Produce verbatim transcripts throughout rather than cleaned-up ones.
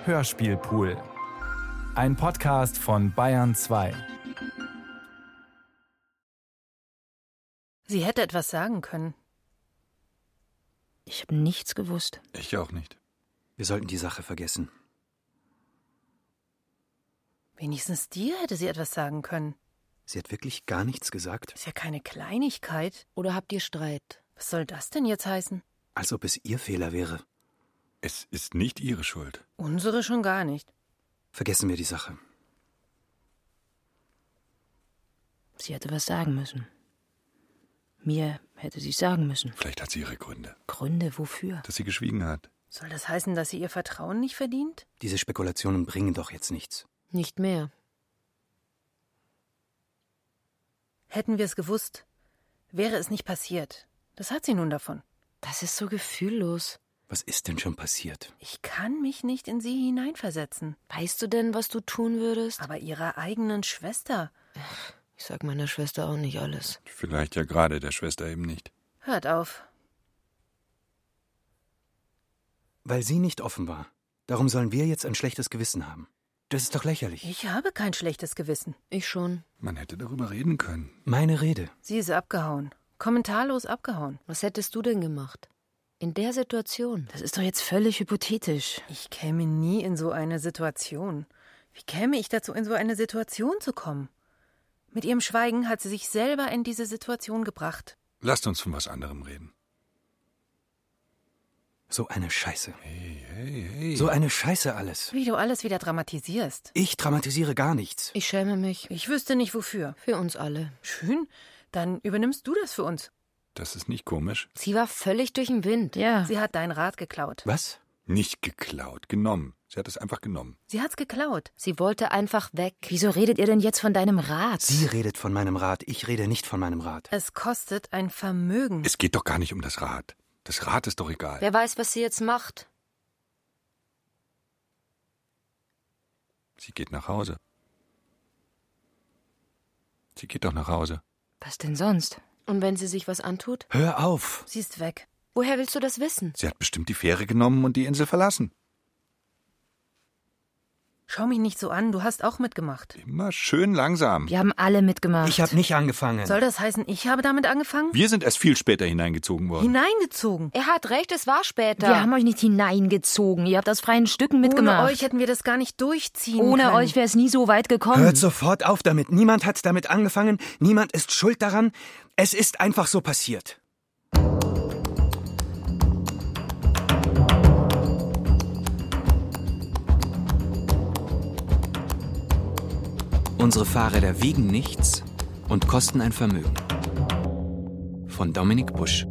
Hörspielpool. Ein Podcast von Bayern zwei. Sie hätte etwas sagen können. Ich habe nichts gewusst. Ich auch nicht. Wir sollten die Sache vergessen. Wenigstens dir hätte sie etwas sagen können. Sie hat wirklich gar nichts gesagt? Ist ja keine Kleinigkeit. Oder habt ihr Streit? Was soll das denn jetzt heißen? Als ob es ihr Fehler wäre. Es ist nicht ihre Schuld. Unsere schon gar nicht. Vergessen wir die Sache. Sie hätte was sagen müssen. Mir hätte sie sagen müssen. Vielleicht hat sie ihre Gründe. Gründe wofür? Dass sie geschwiegen hat. Soll das heißen, dass sie ihr Vertrauen nicht verdient? Diese Spekulationen bringen doch jetzt nichts. Nicht mehr. Hätten wir es gewusst, wäre es nicht passiert. Das hat sie nun davon. Das ist so gefühllos. Was ist denn schon passiert? Ich kann mich nicht in sie hineinversetzen. Weißt du denn, was du tun würdest? Aber ihrer eigenen Schwester. Ich sag meiner Schwester auch nicht alles. Vielleicht ja gerade der Schwester eben nicht. Hört auf. Weil sie nicht offen war. Darum sollen wir jetzt ein schlechtes Gewissen haben. Das ist doch lächerlich. Ich habe kein schlechtes Gewissen. Ich schon. Man hätte darüber reden können. Meine Rede. Sie ist abgehauen. Kommentarlos abgehauen. Was hättest du denn gemacht? In der Situation? Das ist doch jetzt völlig hypothetisch. Ich käme nie in so eine Situation. Wie käme ich dazu, in so eine Situation zu kommen? Mit ihrem Schweigen hat sie sich selber in diese Situation gebracht. Lasst uns von was anderem reden. So eine Scheiße. Hey, hey, hey. So eine Scheiße alles. Wie du alles wieder dramatisierst. Ich dramatisiere gar nichts. Ich schäme mich. Ich wüsste nicht, wofür. Für uns alle. Schön, dann übernimmst du das für uns. Das ist nicht komisch. Sie war völlig durch den Wind. Ja. Sie hat dein Rad geklaut. Was? Nicht geklaut, genommen. Sie hat es einfach genommen. Sie hat's geklaut. Sie wollte einfach weg. Wieso redet ihr denn jetzt von deinem Rad? Sie redet von meinem Rad, ich rede nicht von meinem Rad. Es kostet ein Vermögen. Es geht doch gar nicht um das Rad. Das Rad ist doch egal. Wer weiß, was sie jetzt macht. Sie geht nach Hause. Sie geht doch nach Hause. Was denn sonst? Und wenn sie sich was antut? Hör auf! Sie ist weg. Woher willst du das wissen? Sie hat bestimmt die Fähre genommen und die Insel verlassen. Schau mich nicht so an, du hast auch mitgemacht. Immer schön langsam. Wir haben alle mitgemacht. Ich habe nicht angefangen. Soll das heißen, ich habe damit angefangen? Wir sind erst viel später hineingezogen worden. Hineingezogen. Er hat recht, es war später. Wir haben euch nicht hineingezogen. Ihr habt aus freien Stücken mitgemacht. Ohne euch hätten wir das gar nicht durchziehen Ohne können. euch wäre es nie so weit gekommen. Hört sofort auf damit. Niemand hat damit angefangen. Niemand ist schuld daran. Es ist einfach so passiert. Unsere Fahrräder wiegen nichts und kosten ein Vermögen. Von Dominik Busch.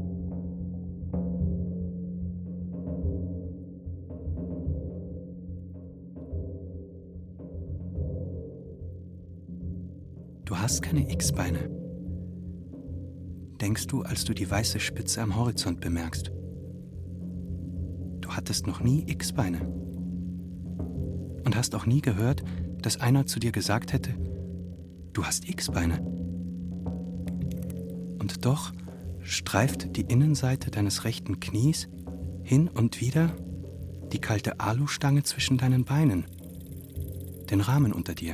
Du hast keine X-Beine. Denkst du, als du die weiße Spitze am Horizont bemerkst. Du hattest noch nie X-Beine. Und hast auch nie gehört, dass einer zu dir gesagt hätte, du hast X-Beine. Und doch streift die Innenseite deines rechten Knies hin und wieder die kalte Alustange zwischen deinen Beinen, den Rahmen unter dir.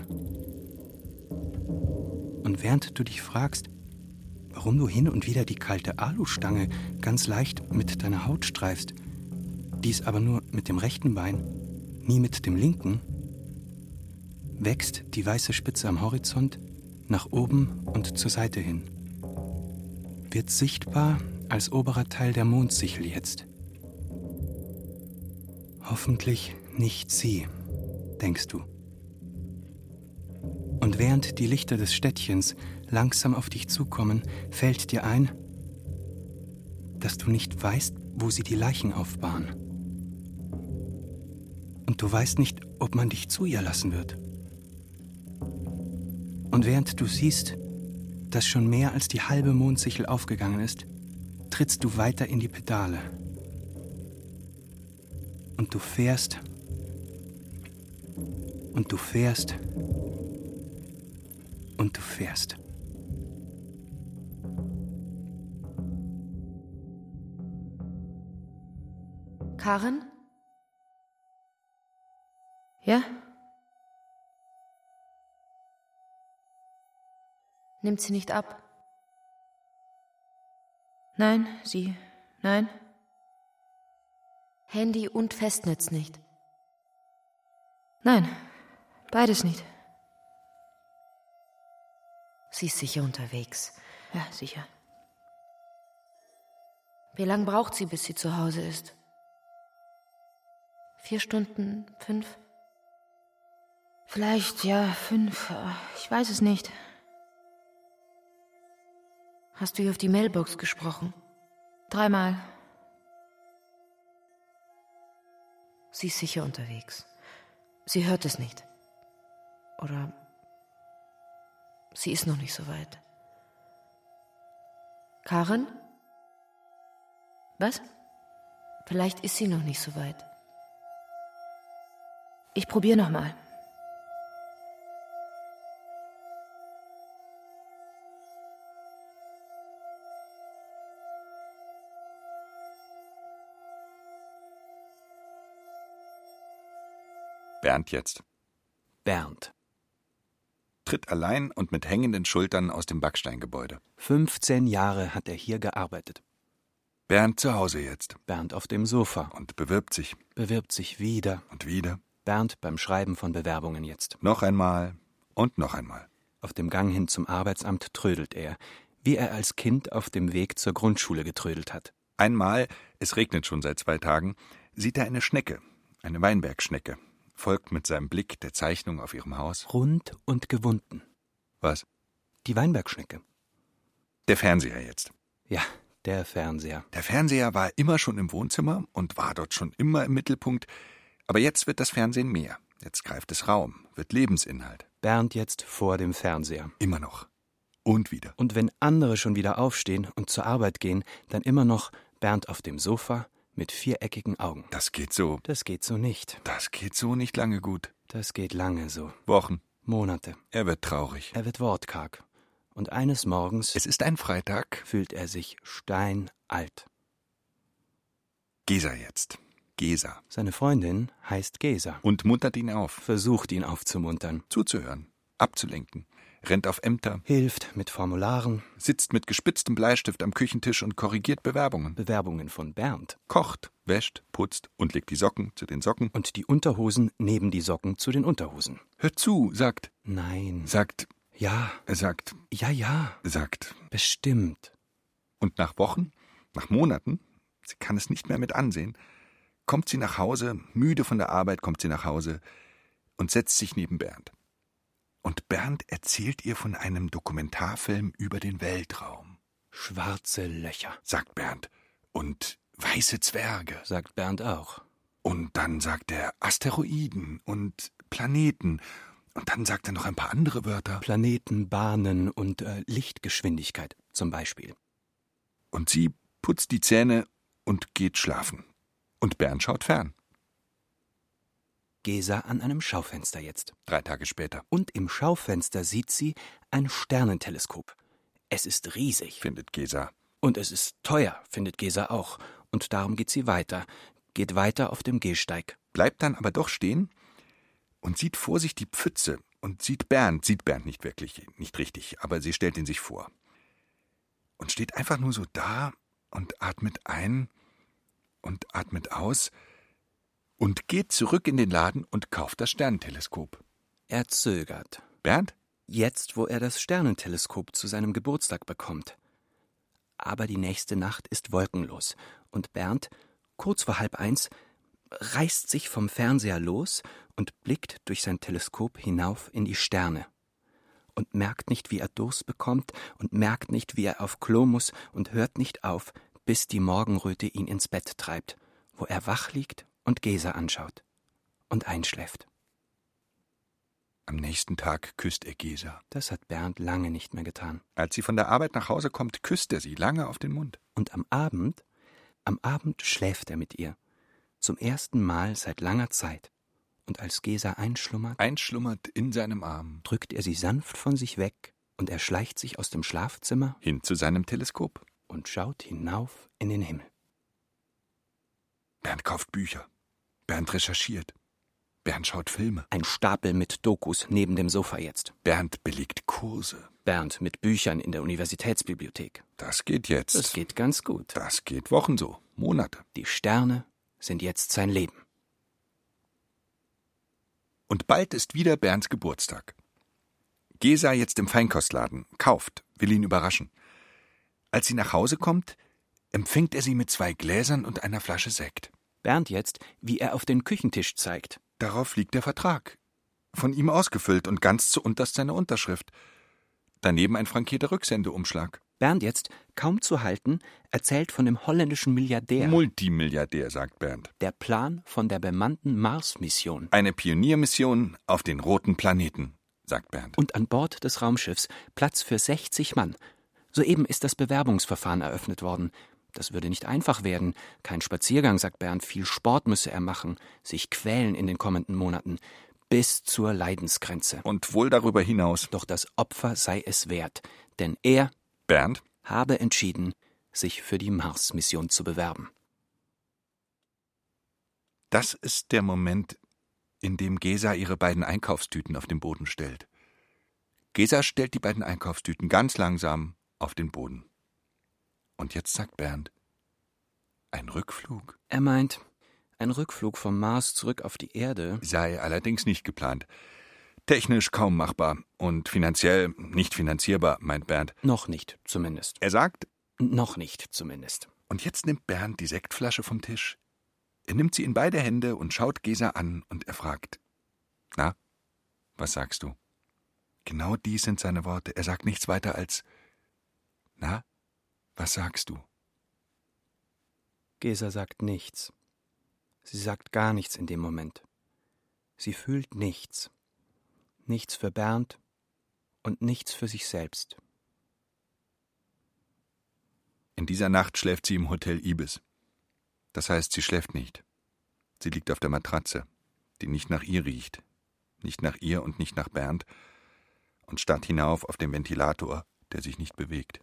Und während du dich fragst, warum du hin und wieder die kalte Alustange ganz leicht mit deiner Haut streifst, dies aber nur mit dem rechten Bein, nie mit dem linken, wächst die weiße Spitze am Horizont nach oben und zur Seite hin. Wird sichtbar als oberer Teil der Mondsichel jetzt. Hoffentlich nicht sie, denkst du. Und während die Lichter des Städtchens langsam auf dich zukommen, fällt dir ein, dass du nicht weißt, wo sie die Leichen aufbahren. Und du weißt nicht, ob man dich zu ihr lassen wird. Und während du siehst, dass schon mehr als die halbe Mondsichel aufgegangen ist, trittst du weiter in die Pedale. Und du fährst. Und du fährst. Und du fährst. Karen? Ja? Nimmt sie nicht ab? Nein, sie. Nein. Handy und Festnetz nicht? Nein, beides nicht. Sie ist sicher unterwegs. Ja, sicher. Wie lange braucht sie, bis sie zu Hause ist? Vier Stunden? Fünf? Vielleicht, ja, fünf. Ich weiß es nicht. Hast du ihr auf die Mailbox gesprochen? Dreimal. Sie ist sicher unterwegs. Sie hört es nicht. Oder sie ist noch nicht so weit. Karin? Was? Vielleicht ist sie noch nicht so weit. Ich probiere nochmal. Bernd jetzt. Bernd. Tritt allein und mit hängenden Schultern aus dem Backsteingebäude. fünfzehn Jahre hat er hier gearbeitet. Bernd zu Hause jetzt. Bernd auf dem Sofa. Und bewirbt sich. Bewirbt sich wieder. Und wieder. Bernd beim Schreiben von Bewerbungen jetzt. Noch einmal und noch einmal. Auf dem Gang hin zum Arbeitsamt trödelt er, wie er als Kind auf dem Weg zur Grundschule getrödelt hat. Einmal, es regnet schon seit zwei Tagen, sieht er eine Schnecke, eine Weinbergschnecke, folgt mit seinem Blick der Zeichnung auf ihrem Haus. Rund und gewunden. Was? Die Weinbergschnecke. Der Fernseher jetzt. Ja, der Fernseher. Der Fernseher war immer schon im Wohnzimmer und war dort schon immer im Mittelpunkt. Aber jetzt wird das Fernsehen mehr. Jetzt greift es Raum, wird Lebensinhalt. Bernd jetzt vor dem Fernseher. Immer noch. Und wieder. Und wenn andere schon wieder aufstehen und zur Arbeit gehen, dann immer noch Bernd auf dem Sofa mit viereckigen Augen. Das geht so. Das geht so nicht. Das geht so nicht lange gut. Das geht lange so. Wochen. Monate. Er wird traurig. Er wird wortkarg. Und eines Morgens Es ist ein Freitag. fühlt er sich steinalt. Gesa jetzt. Gesa. Seine Freundin heißt Gesa. Und muntert ihn auf. Versucht ihn aufzumuntern. Zuzuhören. Abzulenken. Rennt auf Ämter. Hilft mit Formularen. Sitzt mit gespitztem Bleistift am Küchentisch und korrigiert Bewerbungen. Bewerbungen von Bernd. Kocht, wäscht, putzt und legt die Socken zu den Socken. Und die Unterhosen neben die Socken zu den Unterhosen. Hört zu, sagt, Nein. sagt, Ja. sagt, Ja, ja. sagt. Bestimmt. Und nach Wochen, nach Monaten, sie kann es nicht mehr mit ansehen, kommt sie nach Hause, müde von der Arbeit kommt sie nach Hause und setzt sich neben Bernd. Und Bernd erzählt ihr von einem Dokumentarfilm über den Weltraum. Schwarze Löcher, Sagt Bernd. Und weiße Zwerge. sagt Bernd auch. Und dann sagt er Asteroiden und Planeten. Und dann sagt er noch ein paar andere Wörter. Planeten, Bahnen und äh, Lichtgeschwindigkeit zum Beispiel. Und sie putzt die Zähne und geht schlafen. Und Bernd schaut fern. Gesa an einem Schaufenster jetzt. Drei Tage später. Und im Schaufenster sieht sie ein Sternenteleskop. Es ist riesig. Findet Gesa. Und es ist teuer, findet Gesa auch. Und darum geht sie weiter. Geht weiter auf dem Gehsteig. Bleibt dann aber doch stehen und sieht vor sich die Pfütze und sieht Bernd. Sieht Bernd nicht wirklich, nicht richtig, aber sie stellt ihn sich vor. Und steht einfach nur so da und atmet ein und atmet aus und geht zurück in den Laden und kauft das Sternenteleskop. Er zögert. Bernd? Jetzt, wo er das Sternenteleskop zu seinem Geburtstag bekommt. Aber die nächste Nacht ist wolkenlos. Und Bernd, kurz vor halb eins, reißt sich vom Fernseher los und blickt durch sein Teleskop hinauf in die Sterne. Und merkt nicht, wie er Durst bekommt und merkt nicht, wie er auf Klo muss und hört nicht auf, bis die Morgenröte ihn ins Bett treibt, wo er wach liegt und Gesa anschaut und einschläft. Am nächsten Tag küsst er Gesa. Das hat Bernd lange nicht mehr getan. Als sie von der Arbeit nach Hause kommt, küsst er sie lange auf den Mund. Und am Abend, am Abend schläft er mit ihr. Zum ersten Mal seit langer Zeit. Und als Gesa einschlummert, Einschlummert in seinem Arm. drückt er sie sanft von sich weg und er schleicht sich aus dem Schlafzimmer Hin zu seinem Teleskop. und schaut hinauf in den Himmel. Bernd kauft Bücher. Bernd recherchiert. Bernd schaut Filme. Ein Stapel mit Dokus neben dem Sofa jetzt. Bernd belegt Kurse. Bernd mit Büchern in der Universitätsbibliothek. Das geht jetzt. Das geht ganz gut. Das geht Wochen so, Monate. Die Sterne sind jetzt sein Leben. Und bald ist wieder Bernds Geburtstag. Gesa jetzt im Feinkostladen, kauft, will ihn überraschen. Als sie nach Hause kommt, empfängt er sie mit zwei Gläsern und einer Flasche Sekt. Bernd jetzt, wie er auf den Küchentisch zeigt. Darauf liegt der Vertrag. Von ihm ausgefüllt und ganz zuunterst seine Unterschrift. Daneben ein frankierter Rücksendeumschlag. Bernd jetzt, kaum zu halten, erzählt von dem holländischen Milliardär. Multimilliardär, sagt Bernd. Der Plan von der bemannten Mars-Mission. Eine Pioniermission auf den roten Planeten, sagt Bernd. Und an Bord des Raumschiffs Platz für sechzig Mann. Soeben ist das Bewerbungsverfahren eröffnet worden. Das würde nicht einfach werden. Kein Spaziergang, sagt Bernd. Viel Sport müsse er machen. Sich quälen in den kommenden Monaten. Bis zur Leidensgrenze. Und wohl darüber hinaus. Doch das Opfer sei es wert. Denn er, Bernd, habe entschieden, sich für die Mars-Mission zu bewerben. Das ist der Moment, in dem Gesa ihre beiden Einkaufstüten auf den Boden stellt. Gesa stellt die beiden Einkaufstüten ganz langsam auf den Boden. Und jetzt sagt Bernd, ein Rückflug? Er meint, ein Rückflug vom Mars zurück auf die Erde sei allerdings nicht geplant. Technisch kaum machbar und finanziell nicht finanzierbar, meint Bernd. Noch nicht, zumindest. Er sagt, noch nicht, zumindest. Und jetzt nimmt Bernd die Sektflasche vom Tisch. Er nimmt sie in beide Hände und schaut Gesa an und er fragt, na, was sagst du? Genau dies sind seine Worte. Er sagt nichts weiter als, na, was sagst du? Gesa sagt nichts. Sie sagt gar nichts in dem Moment. Sie fühlt nichts. Nichts für Bernd und nichts für sich selbst. In dieser Nacht schläft sie im Hotel Ibis. Das heißt, sie schläft nicht. Sie liegt auf der Matratze, die nicht nach ihr riecht, nicht nach ihr und nicht nach Bernd, und starrt hinauf auf den Ventilator, der sich nicht bewegt.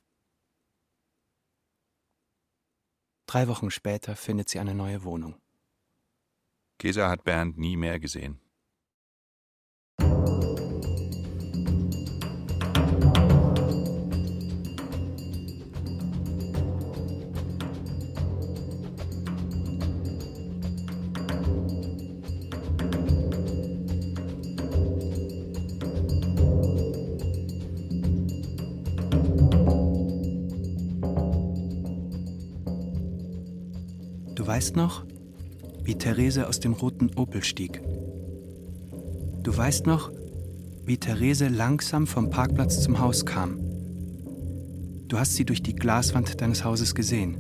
Drei Wochen später findet sie eine neue Wohnung. Gesa hat Bernd nie mehr gesehen. Du weißt noch, wie Therese aus dem roten Opel stieg. Du weißt noch, wie Therese langsam vom Parkplatz zum Haus kam. Du hast sie durch die Glaswand deines Hauses gesehen.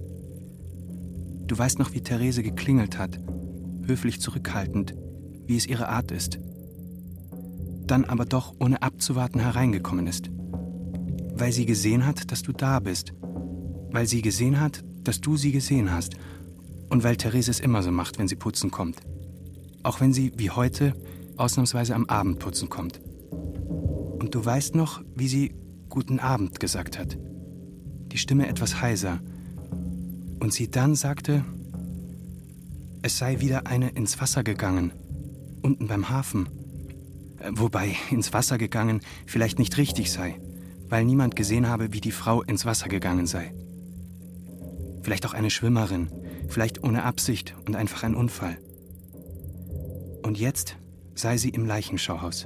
Du weißt noch, wie Therese geklingelt hat, höflich zurückhaltend, wie es ihre Art ist. Dann aber doch ohne abzuwarten hereingekommen ist. Weil sie gesehen hat, dass du da bist. Weil sie gesehen hat, dass du sie gesehen hast. Und weil Therese es immer so macht, wenn sie putzen kommt. Auch wenn sie, wie heute, ausnahmsweise am Abend putzen kommt. Und du weißt noch, wie sie »Guten Abend« gesagt hat. Die Stimme etwas heiser. Und sie dann sagte, es sei wieder eine ins Wasser gegangen. Unten beim Hafen. Wobei ins Wasser gegangen vielleicht nicht richtig sei, weil niemand gesehen habe, wie die Frau ins Wasser gegangen sei. Vielleicht auch eine Schwimmerin, vielleicht ohne Absicht und einfach ein Unfall. Und jetzt sei sie im Leichenschauhaus.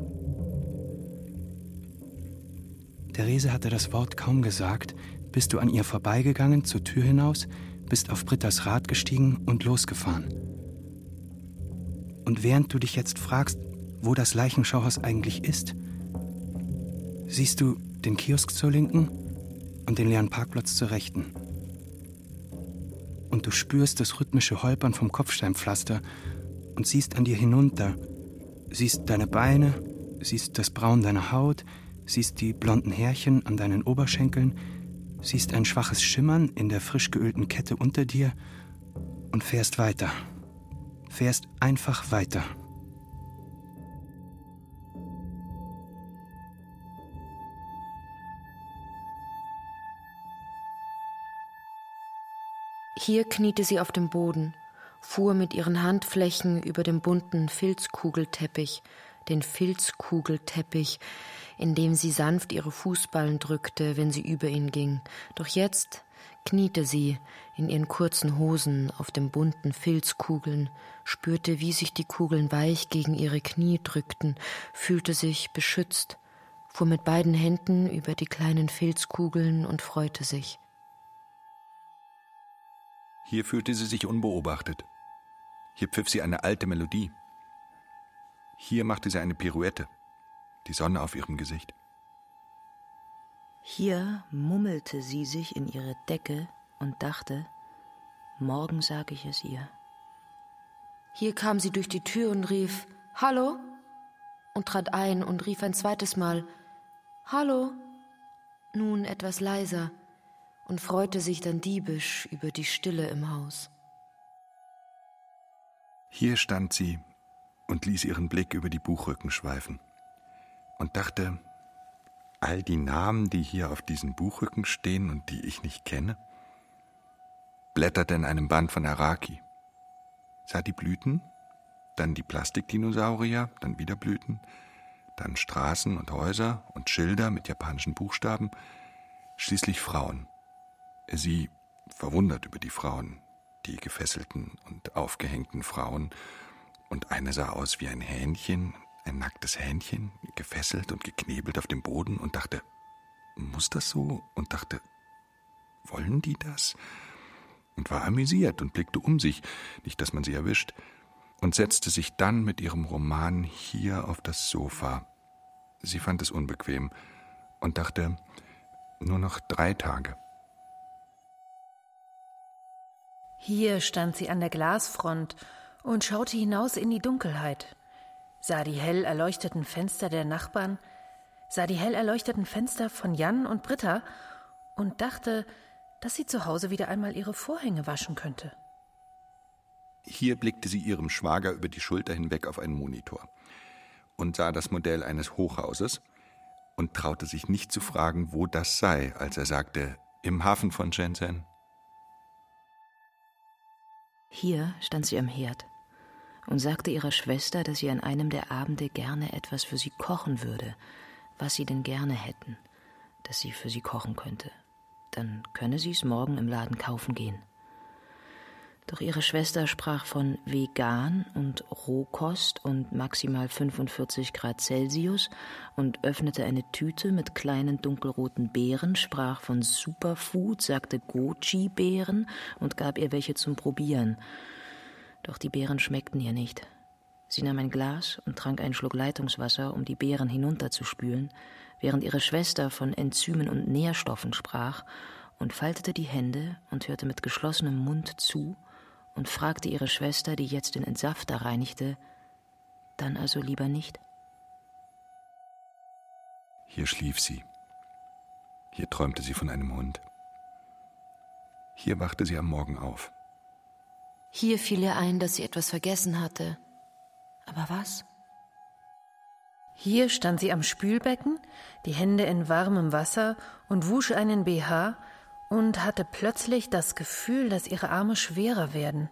Therese hatte das Wort kaum gesagt, bist du an ihr vorbeigegangen, zur Tür hinaus, bist auf Britta's Rad gestiegen und losgefahren. Und während du dich jetzt fragst, wo das Leichenschauhaus eigentlich ist, siehst du den Kiosk zur Linken und den leeren Parkplatz zur Rechten. Und du spürst das rhythmische Holpern vom Kopfsteinpflaster und siehst an dir hinunter, siehst deine Beine, siehst das Braun deiner Haut, siehst die blonden Härchen an deinen Oberschenkeln, siehst ein schwaches Schimmern in der frisch geölten Kette unter dir und fährst weiter. Fährst einfach weiter. Hier kniete sie auf dem Boden fuhr mit ihren Handflächen über den bunten Filzkugelteppich, den Filzkugelteppich, in dem sie sanft ihre Fußballen drückte, wenn sie über ihn ging. Doch jetzt kniete sie in ihren kurzen Hosen auf den bunten Filzkugeln, spürte, wie sich die Kugeln weich gegen ihre Knie drückten, fühlte sich beschützt, fuhr mit beiden Händen über die kleinen Filzkugeln und freute sich. Hier fühlte sie sich unbeobachtet. Hier pfiff sie eine alte Melodie. Hier machte sie eine Pirouette, die Sonne auf ihrem Gesicht. Hier mummelte sie sich in ihre Decke und dachte, morgen sage ich es ihr. Hier kam sie durch die Tür und rief, »Hallo?« und trat ein und rief ein zweites Mal, »Hallo?«, nun etwas leiser, und freute sich dann diebisch über die Stille im Haus. Hier stand sie und ließ ihren Blick über die Buchrücken schweifen und dachte, all die Namen, die hier auf diesen Buchrücken stehen und die ich nicht kenne, blätterte in einem Band von Araki, sah die Blüten, dann die Plastikdinosaurier, dann wieder Blüten, dann Straßen und Häuser und Schilder mit japanischen Buchstaben, schließlich Frauen. Sie, verwundert über die Frauen, die gefesselten und aufgehängten Frauen, und eine sah aus wie ein Hähnchen, ein nacktes Hähnchen, gefesselt und geknebelt auf dem Boden, und dachte, muss das so? Und dachte, wollen die das? Und war amüsiert und blickte um sich, nicht, dass man sie erwischt, und setzte sich dann mit ihrem Roman hier auf das Sofa. Sie fand es unbequem und dachte, nur noch drei Tage. Hier stand sie an der Glasfront und schaute hinaus in die Dunkelheit, sah die hell erleuchteten Fenster der Nachbarn, sah die hell erleuchteten Fenster von Jan und Britta und dachte, dass sie zu Hause wieder einmal ihre Vorhänge waschen könnte. Hier blickte sie ihrem Schwager über die Schulter hinweg auf einen Monitor und sah das Modell eines Hochhauses und traute sich nicht zu fragen, wo das sei, als er sagte, im Hafen von Shenzhen. Hier stand sie am Herd und sagte ihrer Schwester, dass sie an einem der Abende gerne etwas für sie kochen würde, was sie denn gerne hätten, dass sie für sie kochen könnte. Dann könne sie es morgen im Laden kaufen gehen. Doch ihre Schwester sprach von vegan und Rohkost und maximal fünfundvierzig Grad Celsius und öffnete eine Tüte mit kleinen dunkelroten Beeren, sprach von Superfood, sagte Goji-Beeren und gab ihr welche zum Probieren. Doch die Beeren schmeckten ihr nicht. Sie nahm ein Glas und trank einen Schluck Leitungswasser, um die Beeren hinunterzuspülen, während ihre Schwester von Enzymen und Nährstoffen sprach und faltete die Hände und hörte mit geschlossenem Mund zu und fragte ihre Schwester, die jetzt den Entsafter reinigte, dann also lieber nicht? Hier schlief sie. Hier träumte sie von einem Hund. Hier wachte sie am Morgen auf. Hier fiel ihr ein, dass sie etwas vergessen hatte. Aber was? Hier stand sie am Spülbecken, die Hände in warmem Wasser und wusch einen B H und hatte plötzlich das Gefühl, dass ihre Arme schwerer werden.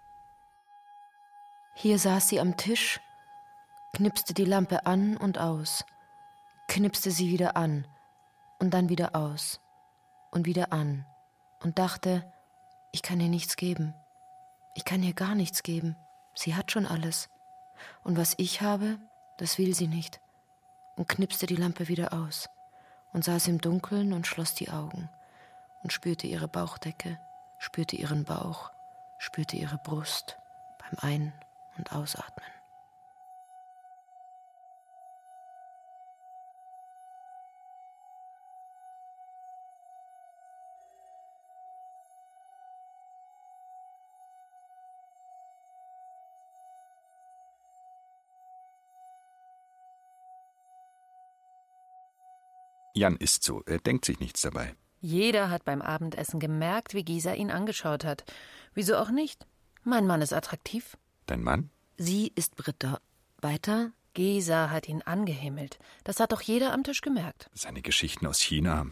Hier saß sie am Tisch, knipste die Lampe an und aus, knipste sie wieder an und dann wieder aus und wieder an und dachte, ich kann ihr nichts geben. Ich kann ihr gar nichts geben. Sie hat schon alles. Und was ich habe, das will sie nicht. Und knipste die Lampe wieder aus und saß im Dunkeln und schloss die Augen und spürte ihre Bauchdecke, spürte ihren Bauch, spürte ihre Brust beim Ein- und Ausatmen. Jan isst so, er denkt sich nichts dabei. Jeder hat beim Abendessen gemerkt, wie Gisa ihn angeschaut hat. Wieso auch nicht? Mein Mann ist attraktiv. Dein Mann? Sie ist Britta. Weiter? Gisa hat ihn angehimmelt. Das hat doch jeder am Tisch gemerkt. Seine Geschichten aus China.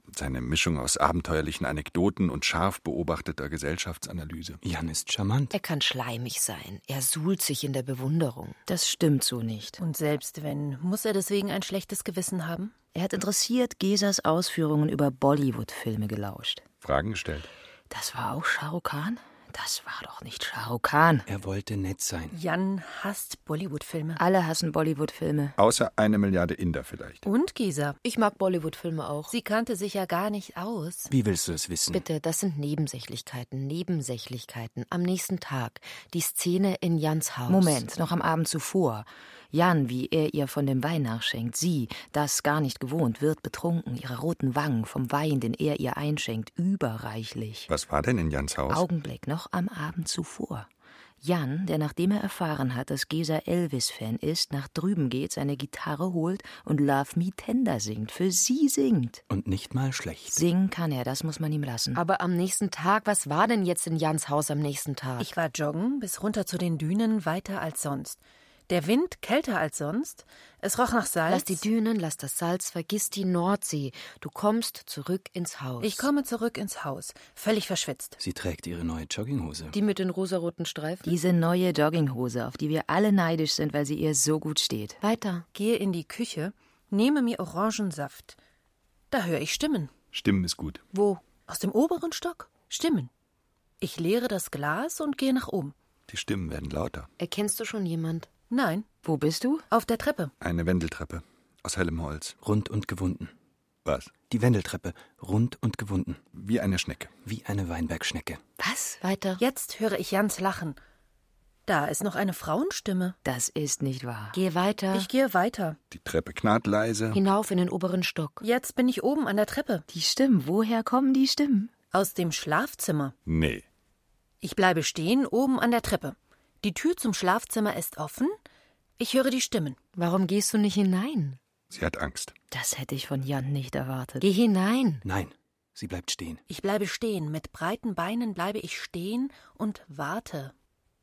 Seine Mischung aus abenteuerlichen Anekdoten und scharf beobachteter Gesellschaftsanalyse. Jan ist charmant. Er kann schleimig sein. Er suhlt sich in der Bewunderung. Das stimmt so nicht. Und selbst wenn, muss er deswegen ein schlechtes Gewissen haben? Er hat interessiert Gesas Ausführungen über Bollywood-Filme gelauscht. Fragen gestellt. Das war auch Shah Rukh Khan? Das war doch nicht Shah Rukh Khan. Er wollte nett sein. Jan hasst Bollywood-Filme. Alle hassen Bollywood-Filme. Außer eine Milliarde Inder vielleicht. Und Gesa. Ich mag Bollywood-Filme auch. Sie kannte sich ja gar nicht aus. Wie willst du es wissen? Bitte, das sind Nebensächlichkeiten, Nebensächlichkeiten. Am nächsten Tag, die Szene in Jans Haus. Moment, noch am Abend zuvor. Jan, wie er ihr von dem Wein nachschenkt. Sie, das gar nicht gewohnt, wird betrunken. Ihre roten Wangen vom Wein, den er ihr einschenkt, überreichlich. Was war denn in Jans Haus? Augenblick, noch am Abend zuvor. Jan, der nachdem er erfahren hat, dass Gesa Elvis-Fan ist, nach drüben geht, seine Gitarre holt und Love Me Tender singt. Für sie singt. Und nicht mal schlecht. Singen kann er, das muss man ihm lassen. Aber am nächsten Tag, was war denn jetzt in Jans Haus am nächsten Tag? Ich war joggen bis runter zu den Dünen, weiter als sonst. Der Wind kälter als sonst. Es roch nach Salz. Lass die Dünen, lass das Salz, vergiss die Nordsee. Du kommst zurück ins Haus. Ich komme zurück ins Haus, völlig verschwitzt. Sie trägt ihre neue Jogginghose. Die mit den rosaroten Streifen? Diese neue Jogginghose, auf die wir alle neidisch sind, weil sie ihr so gut steht. Weiter. Gehe in die Küche, nehme mir Orangensaft. Da höre ich Stimmen. Stimmen ist gut. Wo? Aus dem oberen Stock? Stimmen. Ich leere das Glas und gehe nach oben. Die Stimmen werden lauter. Erkennst du schon jemand? Nein, Wo bist du? auf der Treppe. Eine Wendeltreppe aus hellem Holz. Rund und gewunden. Was? Die Wendeltreppe. Rund und gewunden. Wie eine Schnecke. Wie eine Weinbergschnecke. Was? Weiter. Jetzt höre ich Jans Lachen. Da ist noch eine Frauenstimme. Das ist nicht wahr. Geh weiter. Ich gehe weiter. Die Treppe knarrt leise. Hinauf in den oberen Stock. Jetzt bin ich oben an der Treppe. Die Stimmen, woher kommen die Stimmen? Aus dem Schlafzimmer. Nee. Ich bleibe stehen, oben an der Treppe. Die Tür zum Schlafzimmer ist offen. Ich höre die Stimmen. Warum gehst du nicht hinein? Sie hat Angst. Das hätte ich von Jan nicht erwartet. Geh hinein. Nein, sie bleibt stehen. Ich bleibe stehen. Mit breiten Beinen bleibe ich stehen und warte.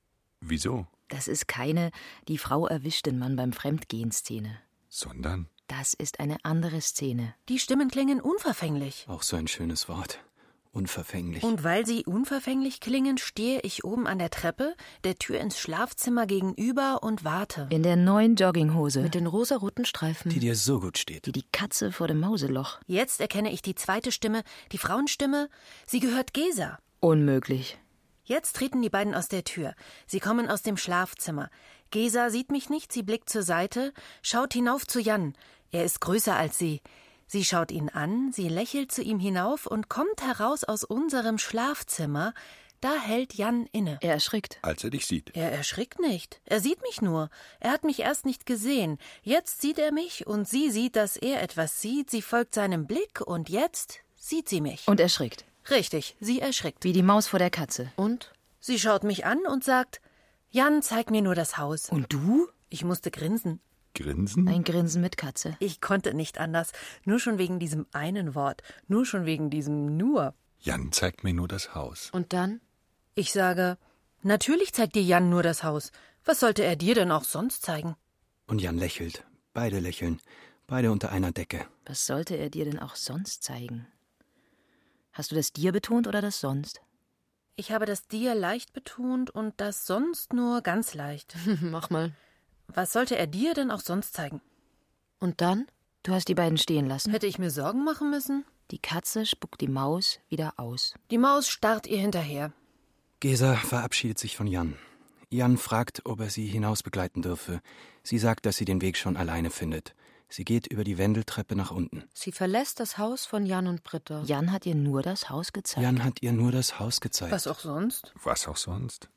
Wieso? Das ist keine die Frau erwischt den Mann beim Fremdgehen-Szene. Sondern? Das ist eine andere Szene. Die Stimmen klingen unverfänglich. Auch so ein schönes Wort. Unverfänglich. Und weil sie unverfänglich klingen, stehe ich oben an der Treppe, der Tür ins Schlafzimmer gegenüber und warte. In der neuen Jogginghose, Mit den rosaroten Streifen. Die dir so gut steht. die die Katze vor dem Mauseloch. Jetzt erkenne ich die zweite Stimme, die Frauenstimme. Sie gehört Gesa. Unmöglich. Jetzt treten die beiden aus der Tür. Sie kommen aus dem Schlafzimmer. Gesa sieht mich nicht, sie blickt zur Seite, schaut hinauf zu Jan. Er ist größer als sie. Sie schaut ihn an, sie lächelt zu ihm hinauf und kommt heraus aus unserem Schlafzimmer. Da hält Jan inne. Er erschrickt. Als er dich sieht. Er erschrickt nicht. Er sieht mich nur. Er hat mich erst nicht gesehen. Jetzt sieht er mich und sie sieht, dass er etwas sieht. Sie folgt seinem Blick und jetzt sieht sie mich. Und erschrickt. Richtig, sie erschrickt. Wie die Maus vor der Katze. Und? Sie schaut mich an und sagt, Jan, zeig mir nur das Haus. Und du? Ich musste grinsen. Grinsen? Ein Grinsen mit Katze. Ich konnte nicht anders. Nur schon wegen diesem einen Wort. Nur schon wegen diesem nur. Jan zeigt mir nur das Haus. Und dann? Ich sage, natürlich zeigt dir Jan nur das Haus. Was sollte er dir denn auch sonst zeigen? Und Jan lächelt. Beide lächeln. Beide unter einer Decke. Was sollte er dir denn auch sonst zeigen? Hast du das dir betont oder das sonst? Ich habe das dir leicht betont und das sonst nur ganz leicht. Mach mal. Was sollte er dir denn auch sonst zeigen? Und dann? Du hast die beiden stehen lassen. Hätte ich mir Sorgen machen müssen? Die Katze spuckt die Maus wieder aus. Die Maus starrt ihr hinterher. Gesa verabschiedet sich von Jan. Jan fragt, ob er sie hinaus begleiten dürfe. Sie sagt, dass sie den Weg schon alleine findet. Sie geht über die Wendeltreppe nach unten. Sie verlässt das Haus von Jan und Britta. Jan hat ihr nur das Haus gezeigt. Jan hat ihr nur das Haus gezeigt. Was auch sonst? Was auch sonst?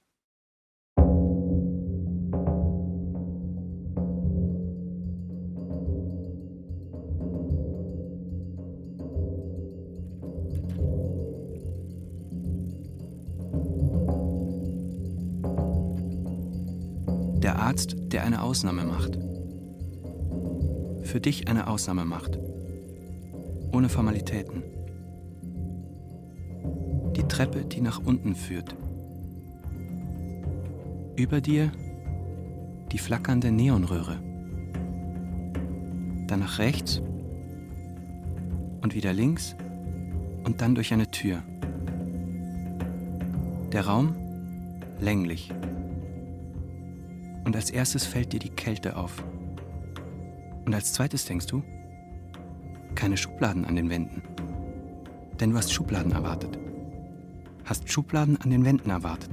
Der Arzt, der eine Ausnahme macht. Für dich eine Ausnahme macht. Ohne Formalitäten. Die Treppe, die nach unten führt. Über dir die flackernde Neonröhre. Dann nach rechts und wieder links und dann durch eine Tür. Der Raum länglich. Und als erstes fällt dir die Kälte auf. Und als zweites denkst du, keine Schubladen an den Wänden. Denn du hast Schubladen erwartet. Hast Schubladen an den Wänden erwartet.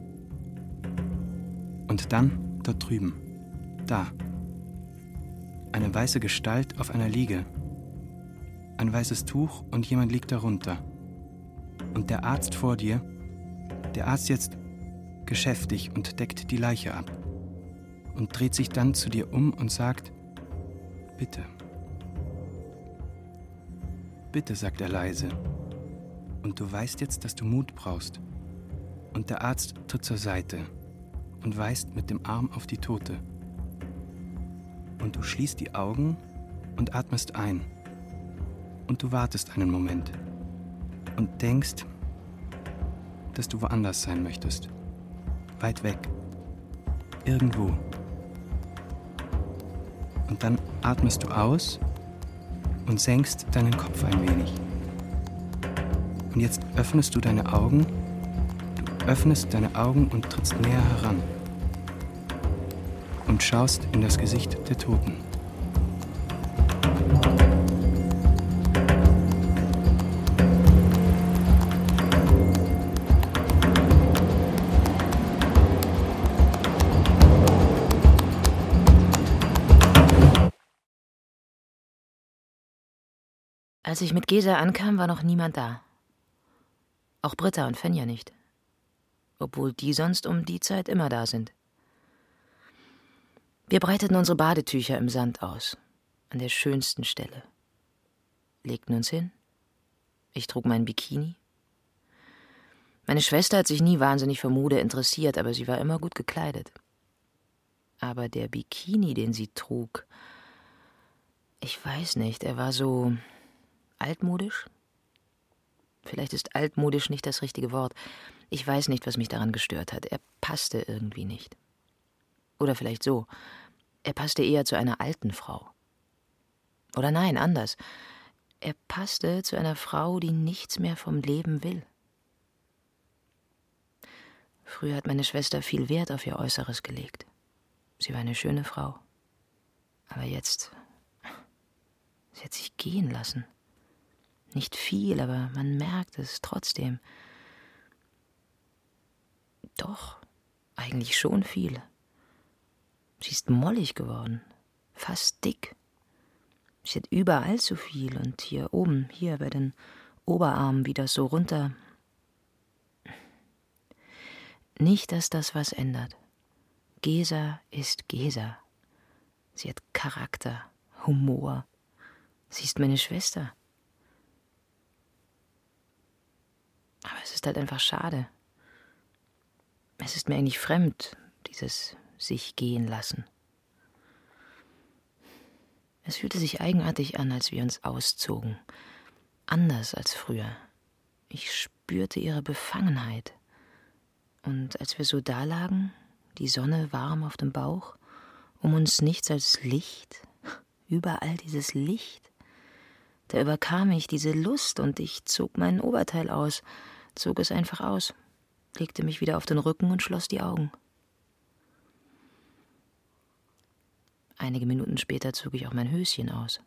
Und dann dort drüben, da, eine weiße Gestalt auf einer Liege. Ein weißes Tuch und jemand liegt darunter. Und der Arzt vor dir, der Arzt jetzt geschäftig und deckt die Leiche ab. Und dreht sich dann zu dir um und sagt, bitte. Bitte, sagt er leise. Und du weißt jetzt, dass du Mut brauchst. Und der Arzt tritt zur Seite und weist mit dem Arm auf die Tote. Und du schließt die Augen und atmest ein. Und du wartest einen Moment und denkst, dass du woanders sein möchtest. Weit weg. Irgendwo. Und dann atmest du aus und senkst deinen Kopf ein wenig. Und jetzt öffnest du deine Augen, du öffnest deine Augen und trittst näher heran und schaust in das Gesicht der Toten. Als ich mit Gesa ankam, war noch niemand da. Auch Britta und Fenja nicht. Obwohl die sonst um die Zeit immer da sind. Wir breiteten unsere Badetücher im Sand aus, an der schönsten Stelle. Legten uns hin. Ich trug meinen Bikini. Meine Schwester hat sich nie wahnsinnig für Mode interessiert, aber sie war immer gut gekleidet. Aber der Bikini, den sie trug, ich weiß nicht, er war so altmodisch? Vielleicht ist altmodisch nicht das richtige Wort. Ich weiß nicht, was mich daran gestört hat. Er passte irgendwie nicht. Oder vielleicht so. Er passte eher zu einer alten Frau. Oder nein, anders. Er passte zu einer Frau, die nichts mehr vom Leben will. Früher hat meine Schwester viel Wert auf ihr Äußeres gelegt. Sie war eine schöne Frau. Aber jetzt, sie hat sich gehen lassen. Nicht viel, aber man merkt es trotzdem. Doch, eigentlich schon viel. Sie ist mollig geworden, fast dick. Sie hat überall zu viel und hier oben, hier bei den Oberarmen wieder so runter. Nicht, dass das was ändert. Gesa ist Gesa. Sie hat Charakter, Humor. Sie ist meine Schwester. Aber es ist halt einfach schade. Es ist mir eigentlich fremd, dieses sich gehen lassen. Es fühlte sich eigenartig an, als wir uns auszogen. Anders als früher. Ich spürte ihre Befangenheit. Und als wir so dalagen, die Sonne warm auf dem Bauch, um uns nichts als Licht, überall dieses Licht, da überkam mich diese Lust und ich zog mein Oberteil aus, zog es einfach aus, legte mich wieder auf den Rücken und schloss die Augen. Einige Minuten später zog ich auch mein Höschen aus.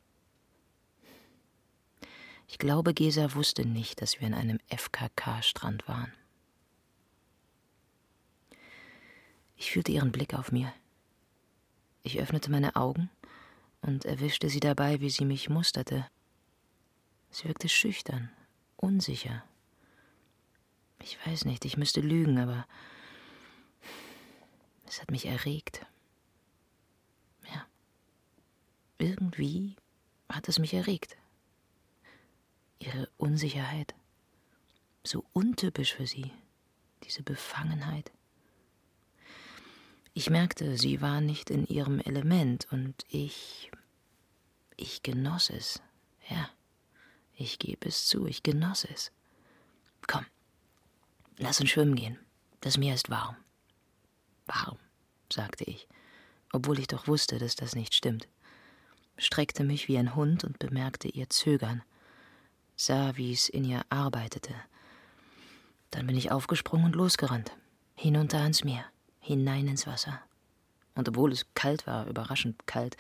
Ich glaube, Gesa wusste nicht, dass wir an einem F K K-Strand waren. Ich fühlte ihren Blick auf mir. Ich öffnete meine Augen und erwischte sie dabei, wie sie mich musterte. Sie wirkte schüchtern, unsicher. Ich weiß nicht, ich müsste lügen, aber es hat mich erregt. Ja, irgendwie hat es mich erregt. Ihre Unsicherheit, so untypisch für sie, diese Befangenheit. Ich merkte, sie war nicht in ihrem Element und ich, ich genoss es, ja. Ich gebe es zu, ich genoss es. Komm, lass uns schwimmen gehen. Das Meer ist warm. Warm, sagte ich, obwohl ich doch wusste, dass das nicht stimmt. Streckte mich wie ein Hund und bemerkte ihr Zögern. sah, wie es in ihr arbeitete. Dann bin ich aufgesprungen und losgerannt. Hinunter ans Meer, hinein ins Wasser. Und obwohl es kalt war, überraschend kalt,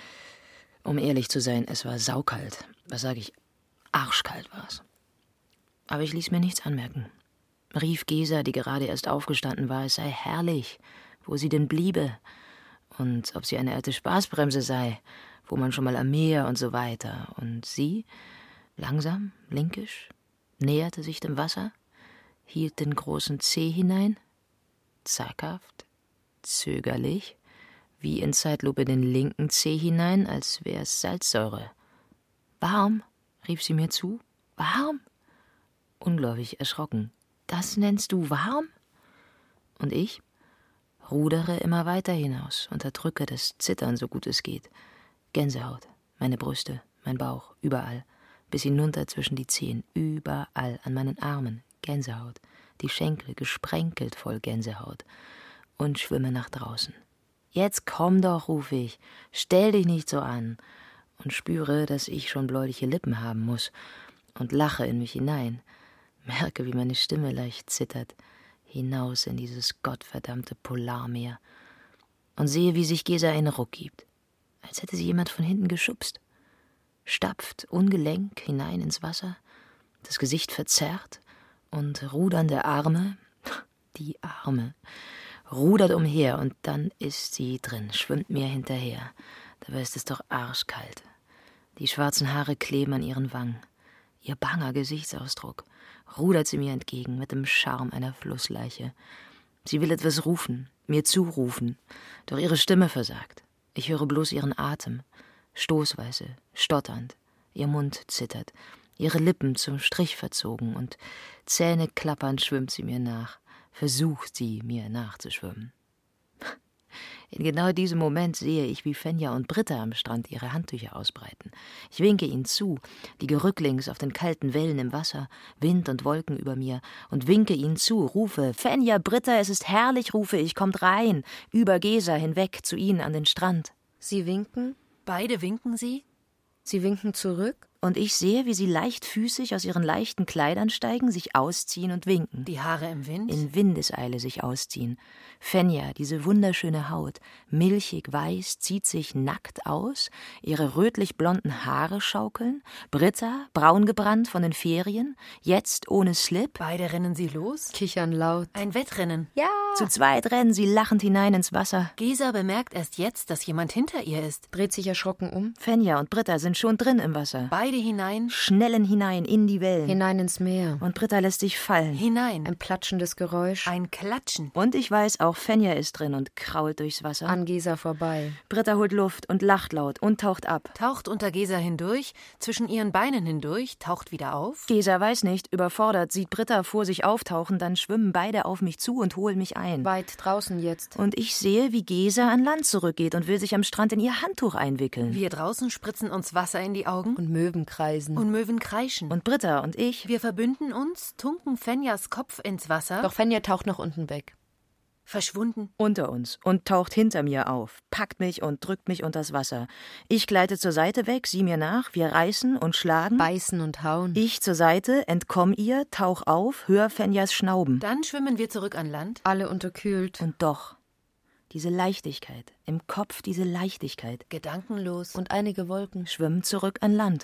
um ehrlich zu sein, es war saukalt. Was sage ich? Arschkalt war es. Aber ich ließ mir nichts anmerken. Rief Gesa, die gerade erst aufgestanden war, es sei herrlich, wo sie denn bliebe und ob sie eine alte Spaßbremse sei, wo man schon mal am Meer und so weiter. Und sie, langsam, linkisch, näherte sich dem Wasser, hielt den großen Zeh hinein, zaghaft, zögerlich, wie in Zeitlupe den linken Zeh hinein, als wär's Salzsäure. »Warm«, rief sie mir zu, »warm?« Ungläubig erschrocken. »Das nennst du warm?« Und ich rudere immer weiter hinaus, unterdrücke das Zittern, so gut es geht. Gänsehaut, meine Brüste, mein Bauch, überall, bis hinunter zwischen die Zehen, überall an meinen Armen, Gänsehaut, die Schenkel gesprenkelt voll Gänsehaut, und schwimme nach draußen. »Jetzt komm doch«, rufe ich, »stell dich nicht so an«, und spüre, dass ich schon bläuliche Lippen haben muss, und lache in mich hinein, merke, wie meine Stimme leicht zittert, hinaus in dieses gottverdammte Polarmeer, und sehe, wie sich Gesa einen Ruck gibt, als hätte sie jemand von hinten geschubst, stapft ungelenk hinein ins Wasser, das Gesicht verzerrt und rudernde Arme, die Arme, rudert umher, und dann ist sie drin, schwimmt mir hinterher. Dabei ist es doch arschkalt. Die schwarzen Haare kleben an ihren Wangen. Ihr banger Gesichtsausdruck. Rudert sie mir entgegen mit dem Charme einer Flussleiche. Sie will etwas rufen, mir zurufen, doch ihre Stimme versagt. Ich höre bloß ihren Atem, stoßweise, stotternd. Ihr Mund zittert, ihre Lippen zum Strich verzogen, und zähneklappernd schwimmt sie mir nach, versucht sie, mir nachzuschwimmen. In genau diesem Moment sehe ich, wie Fenja und Britta am Strand ihre Handtücher ausbreiten. Ich winke ihnen zu, liege rücklings auf den kalten Wellen im Wasser, Wind und Wolken über mir, und winke ihnen zu, rufe, »Fenja, Britta, es ist herrlich«, rufe ich, »kommt rein«, über Gesa hinweg zu ihnen an den Strand. Sie winken, Beide winken sie? sie winken zurück. Und ich sehe, wie sie leichtfüßig aus ihren leichten Kleidern steigen, sich ausziehen und winken. Die Haare im Wind? In Windeseile sich ausziehen. Fenja, diese wunderschöne Haut, milchig weiß, zieht sich nackt aus, ihre rötlich-blonden Haare schaukeln. Britta, braun gebrannt von den Ferien, jetzt ohne Slip. Beide rennen sie los? Kichern laut. Ein Wettrennen. Ja! Zu zweit rennen sie lachend hinein ins Wasser. Gesa bemerkt erst jetzt, dass jemand hinter ihr ist. Dreht sich erschrocken um. Fenja und Britta sind schon drin im Wasser. Beide hinein. Schnellen hinein in die Wellen. Hinein ins Meer. Und Britta lässt sich fallen. Hinein. Ein platschendes Geräusch. Ein Klatschen. Und ich weiß, auch Fenja ist drin und krault durchs Wasser. An Gesa vorbei. Britta holt Luft und lacht laut und taucht ab. Taucht unter Gesa hindurch, zwischen ihren Beinen hindurch, taucht wieder auf. Gesa weiß nicht, überfordert, sieht Britta vor sich auftauchen, dann schwimmen beide auf mich zu und holen mich ein. Weit draußen jetzt. Und ich sehe, wie Gesa an Land zurückgeht und will sich am Strand in ihr Handtuch einwickeln. Wir draußen spritzen uns Wasser in die Augen. Und Möwen kreisen. Und Möwen kreischen. Und Britta und ich. Wir verbünden uns, tunken Fenjas Kopf ins Wasser. Doch Fenja taucht noch unten weg. Verschwunden. Unter uns und taucht hinter mir auf, packt mich und drückt mich unters Wasser. Ich gleite zur Seite weg, sie mir nach, wir reißen und schlagen. Beißen und hauen. Ich zur Seite, entkomm ihr, tauch auf, hör Fenjas Schnauben. Dann schwimmen wir zurück an Land. Alle unterkühlt. Und doch, diese Leichtigkeit, im Kopf diese Leichtigkeit. Gedankenlos. Und einige Wolken. Schwimmen zurück an Land.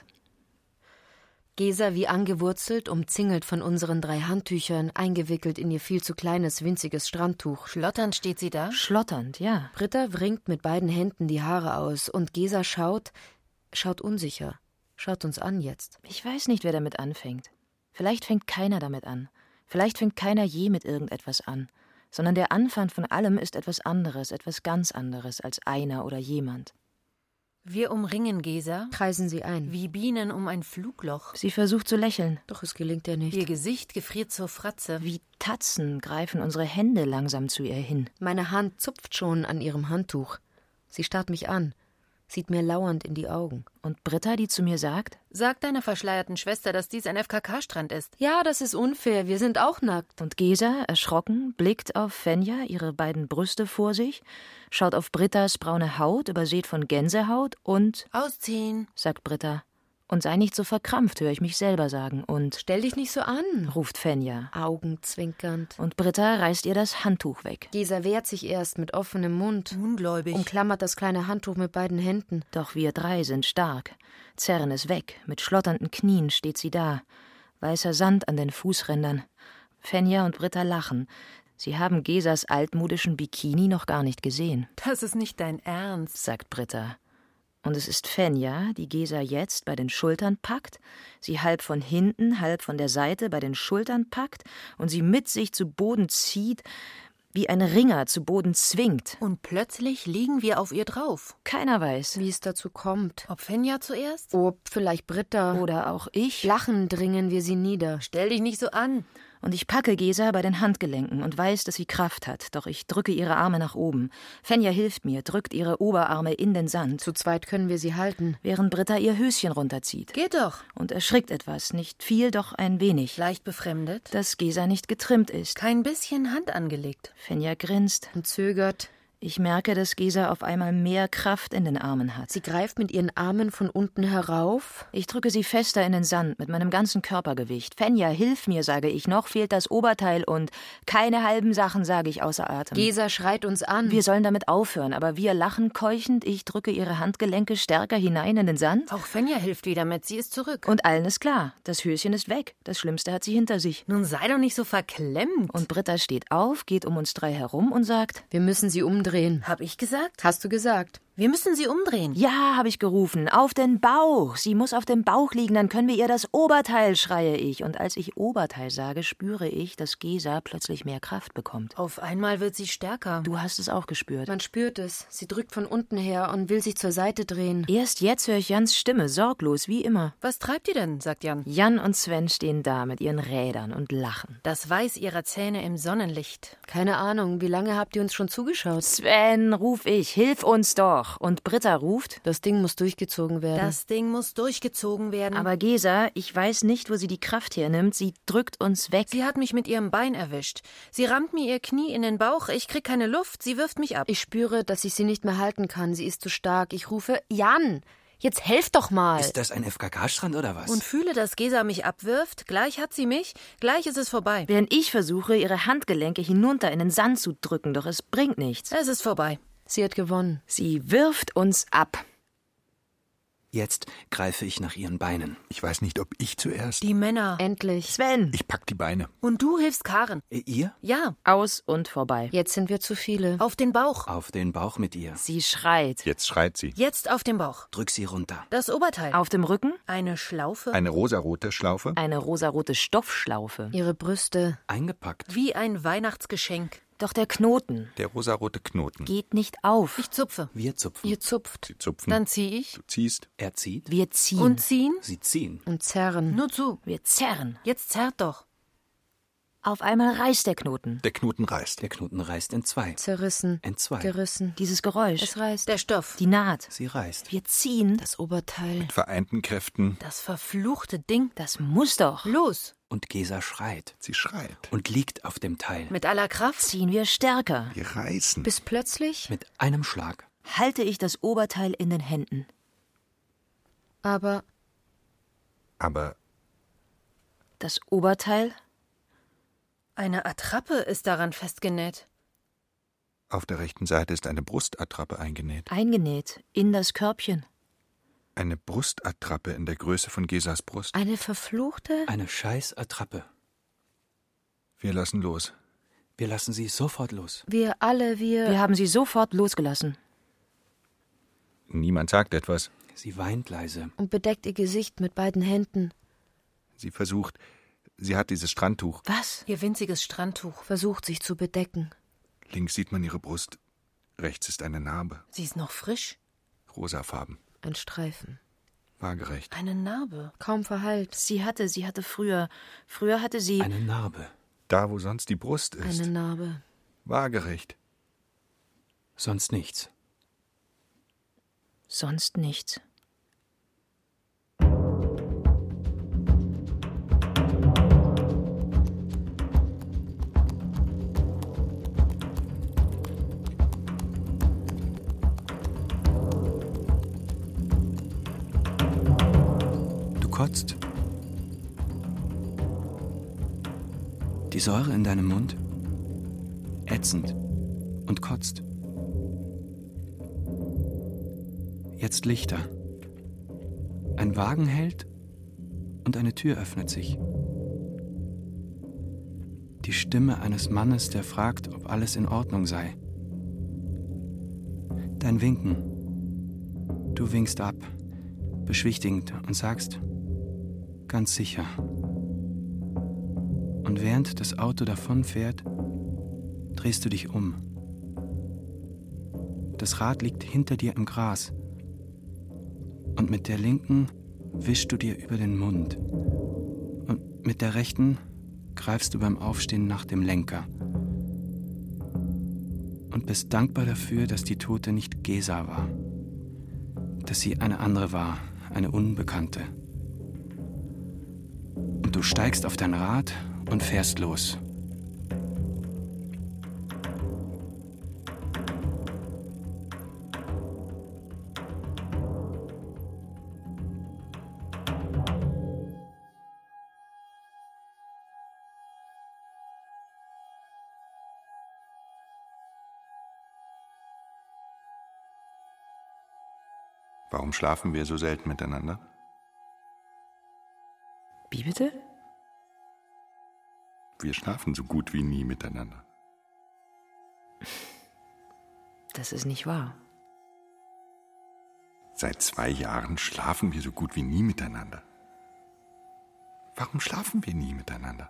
Gesa wie angewurzelt, umzingelt von unseren drei Handtüchern, eingewickelt in ihr viel zu kleines, winziges Strandtuch. Schlotternd steht sie da. Schlotternd, ja. Britta wringt mit beiden Händen die Haare aus und Gesa schaut, schaut unsicher, schaut uns an jetzt. Ich weiß nicht, wer damit anfängt. Vielleicht fängt keiner damit an. Vielleicht fängt keiner je mit irgendetwas an. Sondern der Anfang von allem ist etwas anderes, etwas ganz anderes als einer oder jemand. Wir umringen Gesa, Kreisen sie ein. wie Bienen um ein Flugloch. Sie versucht zu lächeln. Doch es gelingt ihr nicht. Ihr Gesicht gefriert zur Fratze. Wie Tatzen greifen unsere Hände langsam zu ihr hin. Meine Hand zupft schon an ihrem Handtuch. Sie starrt mich an, sieht mir lauernd in die Augen. Und Britta, die zu mir sagt: Sag deiner verschleierten Schwester, dass dies ein F K K-Strand ist. Ja, das ist unfair, wir sind auch nackt. Und Gesa, erschrocken, blickt auf Fenja, ihre beiden Brüste vor sich, schaut auf Brittas braune Haut, übersät von Gänsehaut und... Ausziehen, sagt Britta. Und sei nicht so verkrampft, höre ich mich selber sagen. Und Stell dich nicht so an, ruft Fenja. augenzwinkernd. Und Britta reißt ihr das Handtuch weg. Gesa wehrt sich erst mit offenem Mund, Ungläubig. umklammert das kleine Handtuch mit beiden Händen. Doch wir drei sind stark, zerren es weg. Mit schlotternden Knien steht sie da. Weißer Sand an den Fußrändern. Fenja und Britta lachen. Sie haben Gesas altmodischen Bikini noch gar nicht gesehen, Das ist nicht dein Ernst. sagt Britta. Und es ist Fenja, die Gesa jetzt bei den Schultern packt, sie halb von hinten, halb von der Seite bei den Schultern packt und sie mit sich zu Boden zieht, wie ein Ringer zu Boden zwingt. Und plötzlich liegen wir auf ihr drauf. Keiner weiß. Wie es dazu kommt. Ob Fenja zuerst? Ob vielleicht Britta. Oder auch ich. Lachend dringen wir sie nieder. Stell dich nicht so an. Und ich packe Gesa bei den Handgelenken und weiß, dass sie Kraft hat. Doch ich drücke ihre Arme nach oben. Fenja hilft mir, drückt ihre Oberarme in den Sand, Zu zweit können wir sie halten. während Britta ihr Höschen runterzieht. Geht doch. Und erschrickt etwas, nicht viel, doch ein wenig, Leicht befremdet. dass Gesa nicht getrimmt ist. Kein bisschen Hand angelegt. Fenja grinst. Und zögert. Ich merke, dass Gesa auf einmal mehr Kraft in den Armen hat. Sie greift mit ihren Armen von unten herauf. Ich drücke sie fester in den Sand mit meinem ganzen Körpergewicht. Fenja, hilf mir, sage ich. Noch fehlt das Oberteil und keine halben Sachen, sage ich außer Atem. Gesa schreit uns an. Wir sollen damit aufhören, aber wir lachen keuchend. Ich drücke ihre Handgelenke stärker hinein in den Sand. Auch Fenja hilft wieder mit. Sie ist zurück. Und allen ist klar, das Höschen ist weg. Das Schlimmste hat sie hinter sich. Nun sei doch nicht so verklemmt. Und Britta steht auf, geht um uns drei herum und sagt, Wir müssen sie umdrehen. Hab ich gesagt? Hast du gesagt? Wir müssen sie umdrehen. ja, habe ich gerufen, auf den Bauch. Sie muss auf dem Bauch liegen, dann können wir ihr das Oberteil, schreie ich. Und als ich Oberteil sage, spüre ich, dass Gesa plötzlich mehr Kraft bekommt. Auf einmal wird sie stärker. Du hast es auch gespürt. Man spürt es. Sie drückt von unten her und will sich zur Seite drehen. Erst jetzt höre ich Jans Stimme, sorglos, wie immer. Was treibt ihr denn? Sagt Jan. Jan und Sven stehen da mit ihren Rädern und lachen. Das Weiß ihrer Zähne im Sonnenlicht. Keine Ahnung, wie lange habt ihr uns schon zugeschaut? Sven, ruf ich, hilf uns doch. Und Britta ruft, Das Ding muss durchgezogen werden. Das Ding muss durchgezogen werden. aber Gesa, ich weiß nicht, wo sie die Kraft hernimmt, sie drückt uns weg. Sie hat mich mit ihrem Bein erwischt. Sie rammt mir ihr Knie in den Bauch. Ich krieg keine Luft. Sie wirft mich ab. Ich spüre, dass ich sie nicht mehr halten kann. Sie ist zu stark. Ich rufe, Jan, jetzt helf doch mal. Ist das ein F K K-Strand oder was? Und fühle, dass Gesa mich abwirft. Gleich hat sie mich. Gleich ist es vorbei. Während ich versuche, ihre Handgelenke hinunter in den Sand zu drücken, doch es bringt nichts. Es ist vorbei. Sie hat gewonnen. Sie wirft uns ab. Jetzt greife ich nach ihren Beinen. Ich weiß nicht, ob ich zuerst. Die Männer. Endlich. Sven, Ich pack die Beine. Und du hilfst Karen. Äh, Ihr? Ja, aus und vorbei. Jetzt sind wir zu viele. auf den Bauch. Auf den Bauch mit ihr. Sie schreit. Jetzt schreit sie. Jetzt auf den Bauch. Drück sie runter. Das Oberteil. Auf dem Rücken Eine Schlaufe. Eine rosarote Schlaufe. eine rosarote Stoffschlaufe. Ihre Brüste. Eingepackt. Wie ein Weihnachtsgeschenk. Doch der Knoten Der rosarote Knoten. geht nicht auf. Ich zupfe. Wir zupfen. Ihr zupft. Sie zupfen. Dann zieh ich. Du ziehst. Er zieht. Wir ziehen. Und ziehen. Sie ziehen. Und zerren. Nur zu. wir zerren. Jetzt zerrt doch. Auf einmal reißt der Knoten. Der Knoten reißt. Der Knoten reißt in zwei. Zerrissen. In zwei. Gerissen. Dieses Geräusch. Es reißt. Der Stoff. Die Naht. Sie reißt. Wir ziehen. Das Oberteil. Mit vereinten Kräften. Das verfluchte Ding. Das muss doch. Los. Und Gesa schreit. Sie schreit. Und liegt auf dem Teil. Mit aller Kraft. Ziehen wir stärker. Wir reißen. Bis plötzlich. Mit einem Schlag. Halte ich das Oberteil in den Händen. Aber Aber Das Oberteil? Eine Attrappe ist daran festgenäht. auf der rechten Seite ist eine Brustattrappe eingenäht. Eingenäht. In das Körbchen. Eine Brustattrappe in der Größe von Gesas Brust. eine verfluchte. Eine scheiß Attrappe. Wir lassen los. Wir lassen sie sofort los. Wir alle, wir. Wir haben sie sofort losgelassen. Niemand sagt etwas. Sie weint leise. Und bedeckt ihr Gesicht mit beiden Händen. Sie versucht. Sie hat dieses Strandtuch. Was? Ihr winziges Strandtuch. Versucht sich zu bedecken. Links sieht man ihre Brust. Rechts ist eine Narbe. Sie ist noch frisch. Rosafarben. Ein Streifen. Waagerecht. Eine Narbe. Kaum verheilt. Sie hatte, sie hatte früher. Früher hatte sie. Eine Narbe. Da, wo sonst die Brust ist. Eine Narbe. Waagerecht. Sonst nichts. Sonst nichts. kotzt. Die Säure in deinem Mund ätzend und kotzt. Jetzt Lichter. Ein Wagen hält und eine Tür öffnet sich. Die Stimme eines Mannes, der fragt, ob alles in Ordnung sei. Dein Winken. Du winkst ab, beschwichtigend und sagst, ganz sicher. Und während das Auto davonfährt, drehst du dich um. Das Rad liegt hinter dir im Gras. Und mit der linken wischst du dir über den Mund. Und mit der rechten greifst du beim Aufstehen nach dem Lenker. Und bist dankbar dafür, dass die Tote nicht Gesa war. Dass sie eine andere war, eine Unbekannte. Und du steigst auf dein Rad und fährst los. Warum schlafen wir so selten miteinander? Wie bitte? Wir schlafen so gut wie nie miteinander. Das ist nicht wahr. Seit zwei Jahren schlafen wir so gut wie nie miteinander. Warum schlafen wir nie miteinander?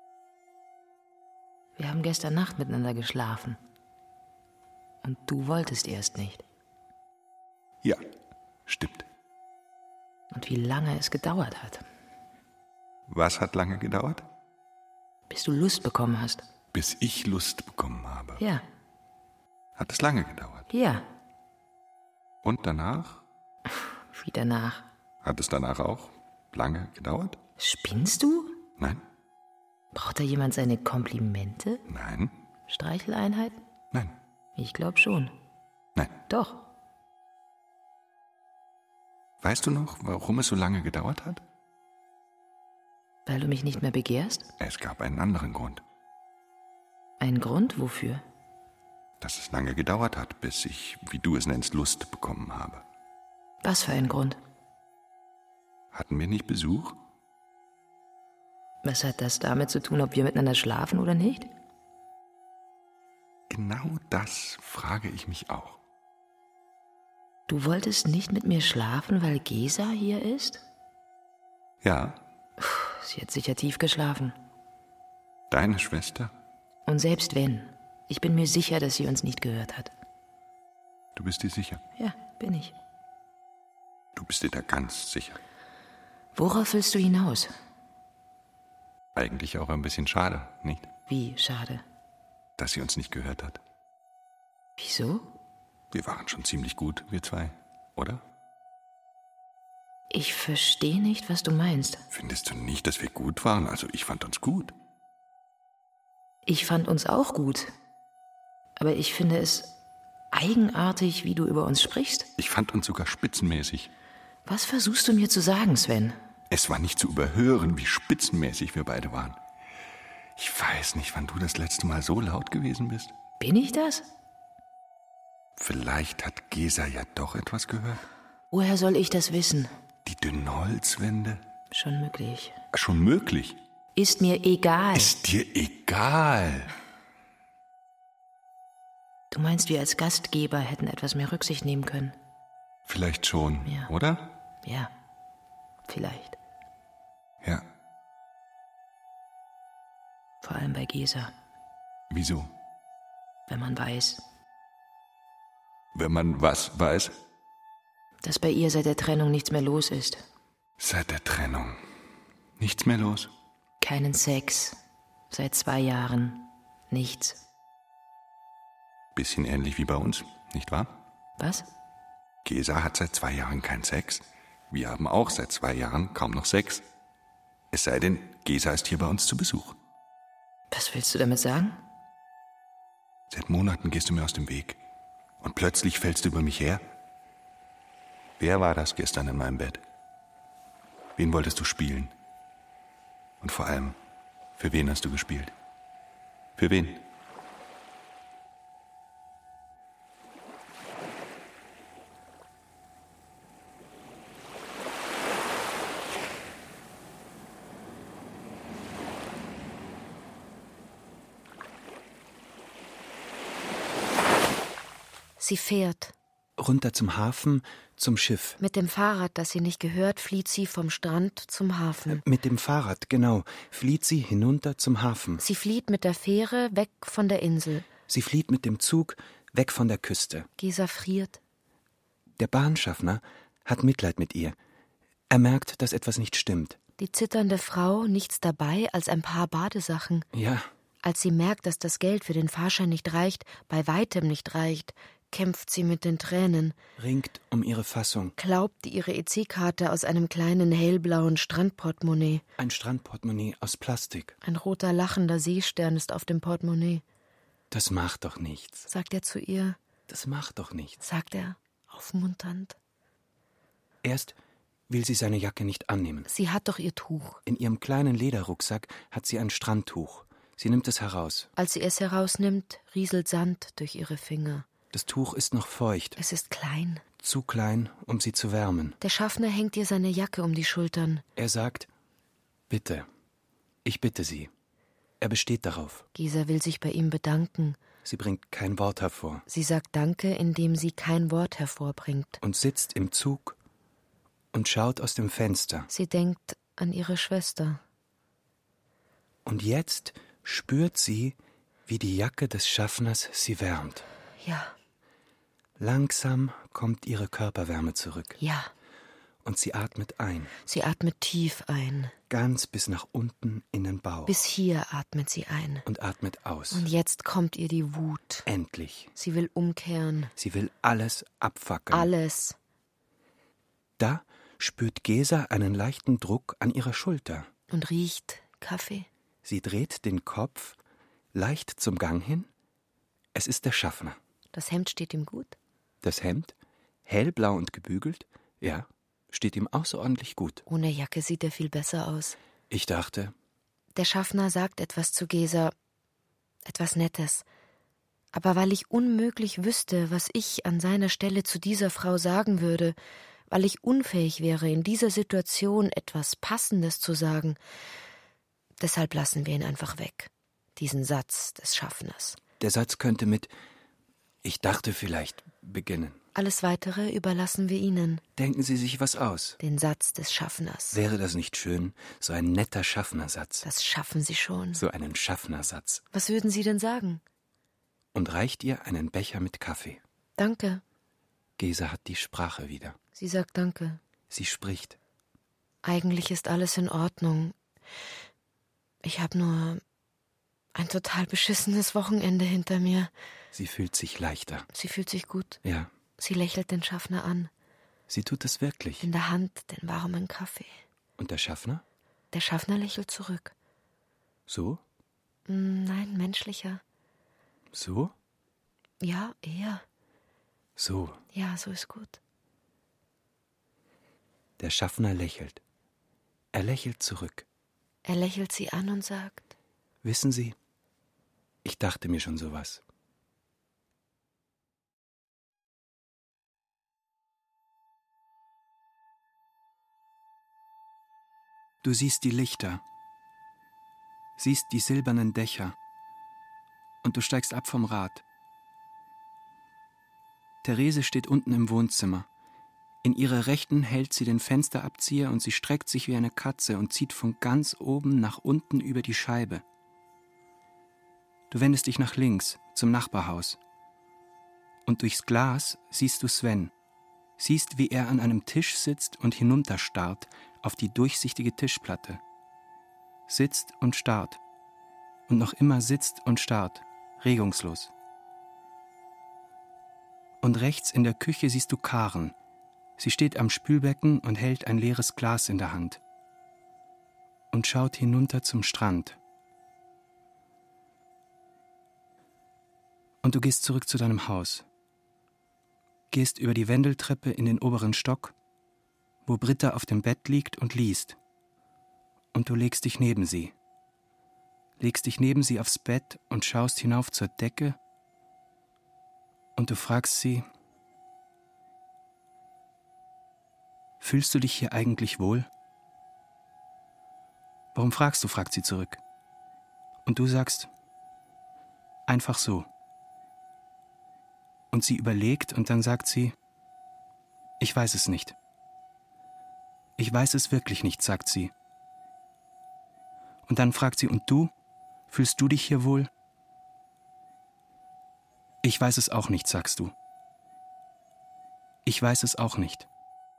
Wir haben gestern Nacht miteinander geschlafen. Und du wolltest erst nicht. Ja, stimmt. Und wie lange es gedauert hat. Was hat lange gedauert? Bis du Lust bekommen hast. Bis ich Lust bekommen habe. Ja. Hat es lange gedauert? Ja. Und danach? Wie danach? Hat es danach auch lange gedauert? Spinnst du? Nein. Braucht da jemand seine Komplimente? Nein. Streicheleinheiten? Nein. Ich glaube schon. Nein. Doch. Weißt du noch, warum es so lange gedauert hat? Weil du mich nicht mehr begehrst? Es gab einen anderen Grund. Ein Grund wofür? Dass es lange gedauert hat, bis ich, wie du es nennst, Lust bekommen habe. Was für ein Grund? Hatten wir nicht Besuch? Was hat das damit zu tun, ob wir miteinander schlafen oder nicht? Genau das frage ich mich auch. Du wolltest nicht mit mir schlafen, weil Gesa hier ist? Ja. Puh, sie hat sicher tief geschlafen. Deine Schwester? Und selbst wenn, ich bin mir sicher, dass sie uns nicht gehört hat. Du bist dir sicher? Ja, bin ich. Du bist dir da ganz sicher? Worauf willst du hinaus? Eigentlich auch ein bisschen schade, nicht? Wie schade? Dass sie uns nicht gehört hat. Wieso? Wir waren schon ziemlich gut, wir zwei, oder? Ich verstehe nicht, was du meinst. Findest du nicht, dass wir gut waren? Also ich fand uns gut. Ich fand uns auch gut. Aber ich finde es eigenartig, wie du über uns sprichst. Ich fand uns sogar spitzenmäßig. Was versuchst du mir zu sagen, Sven? Es war nicht zu überhören, wie spitzenmäßig wir beide waren. Ich weiß nicht, wann du das letzte Mal so laut gewesen bist. Bin ich das? Vielleicht hat Gesa ja doch etwas gehört. Woher soll ich das wissen? Die dünnen Holzwände? Schon möglich. Schon möglich? Ist mir egal. Ist dir egal? Du meinst, wir als Gastgeber hätten etwas mehr Rücksicht nehmen können? Vielleicht schon, ja. Oder? Ja, vielleicht. Ja. Vor allem bei Gesa. Wieso? Wenn man weiß. Wenn man was weiß? Dass bei ihr seit der Trennung nichts mehr los ist. Seit der Trennung? Nichts mehr los? Keinen Sex. Seit zwei Jahren. Nichts. Bisschen ähnlich wie bei uns, nicht wahr? Was? Gesa hat seit zwei Jahren keinen Sex. Wir haben auch seit zwei Jahren kaum noch Sex. Es sei denn, Gesa ist hier bei uns zu Besuch. Was willst du damit sagen? Seit Monaten gehst du mir aus dem Weg. Und plötzlich fällst du über mich her. Wer war das gestern in meinem Bett? Wen wolltest du spielen? Und vor allem, für wen hast du gespielt? Für wen? Sie fährt. Runter zum Hafen, zum Schiff. Mit dem Fahrrad, das sie nicht gehört, flieht sie vom Strand zum Hafen. Mit dem Fahrrad, genau, flieht sie hinunter zum Hafen. Sie flieht mit der Fähre weg von der Insel. Sie flieht mit dem Zug weg von der Küste. Gesa friert. Der Bahnschaffner hat Mitleid mit ihr. Er merkt, dass etwas nicht stimmt. Die zitternde Frau, nichts dabei als ein paar Badesachen. Ja. Als sie merkt, dass das Geld für den Fahrschein nicht reicht, bei weitem nicht reicht, kämpft sie mit den Tränen. Ringt um ihre Fassung. Klaubt ihre E C-Karte aus einem kleinen hellblauen Strandportemonnaie. Ein Strandportemonnaie aus Plastik. Ein roter lachender Seestern ist auf dem Portemonnaie. Das macht doch nichts. Sagt er zu ihr. Das macht doch nichts. Sagt er, aufmunternd. Erst will sie seine Jacke nicht annehmen. Sie hat doch ihr Tuch. In ihrem kleinen Lederrucksack hat sie ein Strandtuch. Sie nimmt es heraus. Als sie es herausnimmt, rieselt Sand durch ihre Finger. Das Tuch ist noch feucht. Es ist klein. Zu klein, um sie zu wärmen. Der Schaffner hängt ihr seine Jacke um die Schultern. Er sagt, bitte, ich bitte Sie. Er besteht darauf. Gesa will sich bei ihm bedanken. Sie bringt kein Wort hervor. Sie sagt Danke, indem sie kein Wort hervorbringt. Und sitzt im Zug und schaut aus dem Fenster. Sie denkt an ihre Schwester. Und jetzt spürt sie, wie die Jacke des Schaffners sie wärmt. Ja. Langsam kommt ihre Körperwärme zurück. Ja. Und sie atmet ein. Sie atmet tief ein. Ganz bis nach unten in den Bauch. Bis hier atmet sie ein. Und atmet aus. Und jetzt kommt ihr die Wut. Endlich. Sie will umkehren. Sie will alles abfackeln. Alles. Da spürt Gesa einen leichten Druck an ihrer Schulter. Und riecht Kaffee. Sie dreht den Kopf leicht zum Gang hin. Es ist der Schaffner. Das Hemd steht ihm gut? Das Hemd, hellblau und gebügelt, ja, steht ihm außerordentlich gut. Ohne Jacke sieht er viel besser aus. Ich dachte... Der Schaffner sagt etwas zu Gesa, etwas Nettes. Aber weil ich unmöglich wüsste, was ich an seiner Stelle zu dieser Frau sagen würde, weil ich unfähig wäre, in dieser Situation etwas Passendes zu sagen, deshalb lassen wir ihn einfach weg, diesen Satz des Schaffners. Der Satz könnte mit »Ich dachte vielleicht« beginnen. Alles Weitere überlassen wir Ihnen. Denken Sie sich was aus. Den Satz des Schaffners. Wäre das nicht schön? So ein netter Schaffnersatz. Das schaffen Sie schon. So einen Schaffnersatz. Was würden Sie denn sagen? Und reicht ihr einen Becher mit Kaffee. Danke. Gesa hat die Sprache wieder. Sie sagt Danke. Sie spricht. Eigentlich ist alles in Ordnung. Ich habe nur ein total beschissenes Wochenende hinter mir. Sie fühlt sich leichter. Sie fühlt sich gut. Ja. Sie lächelt den Schaffner an. Sie tut es wirklich. In der Hand den warmen Kaffee. Und der Schaffner? Der Schaffner lächelt zurück. So? Nein, menschlicher. So? Ja, eher. So. Ja, so ist gut. Der Schaffner lächelt. Er lächelt zurück. Er lächelt sie an und sagt: Wissen Sie, ich dachte mir schon sowas. Du siehst die Lichter, siehst die silbernen Dächer und du steigst ab vom Rad. Therese steht unten im Wohnzimmer. In ihrer Rechten hält sie den Fensterabzieher und sie streckt sich wie eine Katze und zieht von ganz oben nach unten über die Scheibe. Du wendest dich nach links, zum Nachbarhaus. Und durchs Glas siehst du Sven. Siehst, wie er an einem Tisch sitzt und hinunterstarrt auf die durchsichtige Tischplatte. Sitzt und starrt. Und noch immer sitzt und starrt, regungslos. Und rechts in der Küche siehst du Karen. Sie steht am Spülbecken und hält ein leeres Glas in der Hand. Und schaut hinunter zum Strand. Und du gehst zurück zu deinem Haus. Gehst über die Wendeltreppe in den oberen Stock, wo Britta auf dem Bett liegt und liest. Und du legst dich neben sie. Legst dich neben sie aufs Bett und schaust hinauf zur Decke und du fragst sie, fühlst du dich hier eigentlich wohl? Warum fragst du, fragt sie zurück. Und du sagst, einfach so. Und sie überlegt und dann sagt sie, ich weiß es nicht. Ich weiß es wirklich nicht, sagt sie. Und dann fragt sie, und du? Fühlst du dich hier wohl? Ich weiß es auch nicht, sagst du. Ich weiß es auch nicht.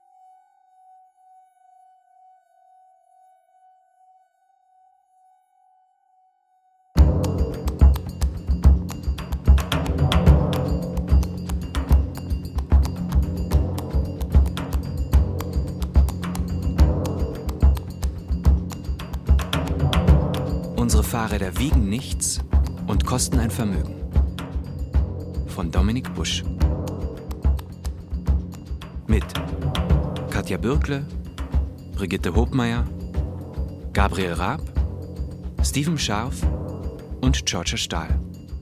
Unsere Fahrräder wiegen nichts und kosten ein Vermögen. Von Dominik Busch. Mit Katja Bürkle, Brigitte Hobmeier, Gabriel Raab, Steven Scharf und Georgia Stahl.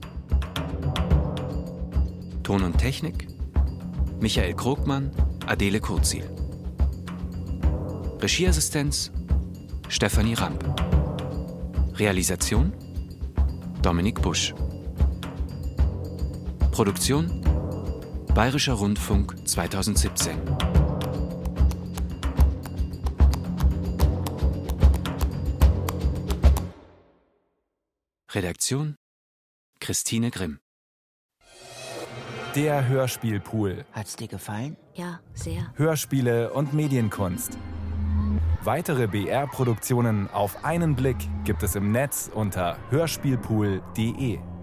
Ton und Technik Michael Krogmann, Adele Kurzil. Regieassistenz Stefanie Ramp. Realisation Dominik Busch. Produktion Bayerischer Rundfunk zweitausendsiebzehn. Redaktion Christine Grimm. Der Hörspielpool. Hat's dir gefallen? Ja, sehr. Hörspiele und Medienkunst. Weitere B R-Produktionen auf einen Blick gibt es im Netz unter hörspielpool punkt de.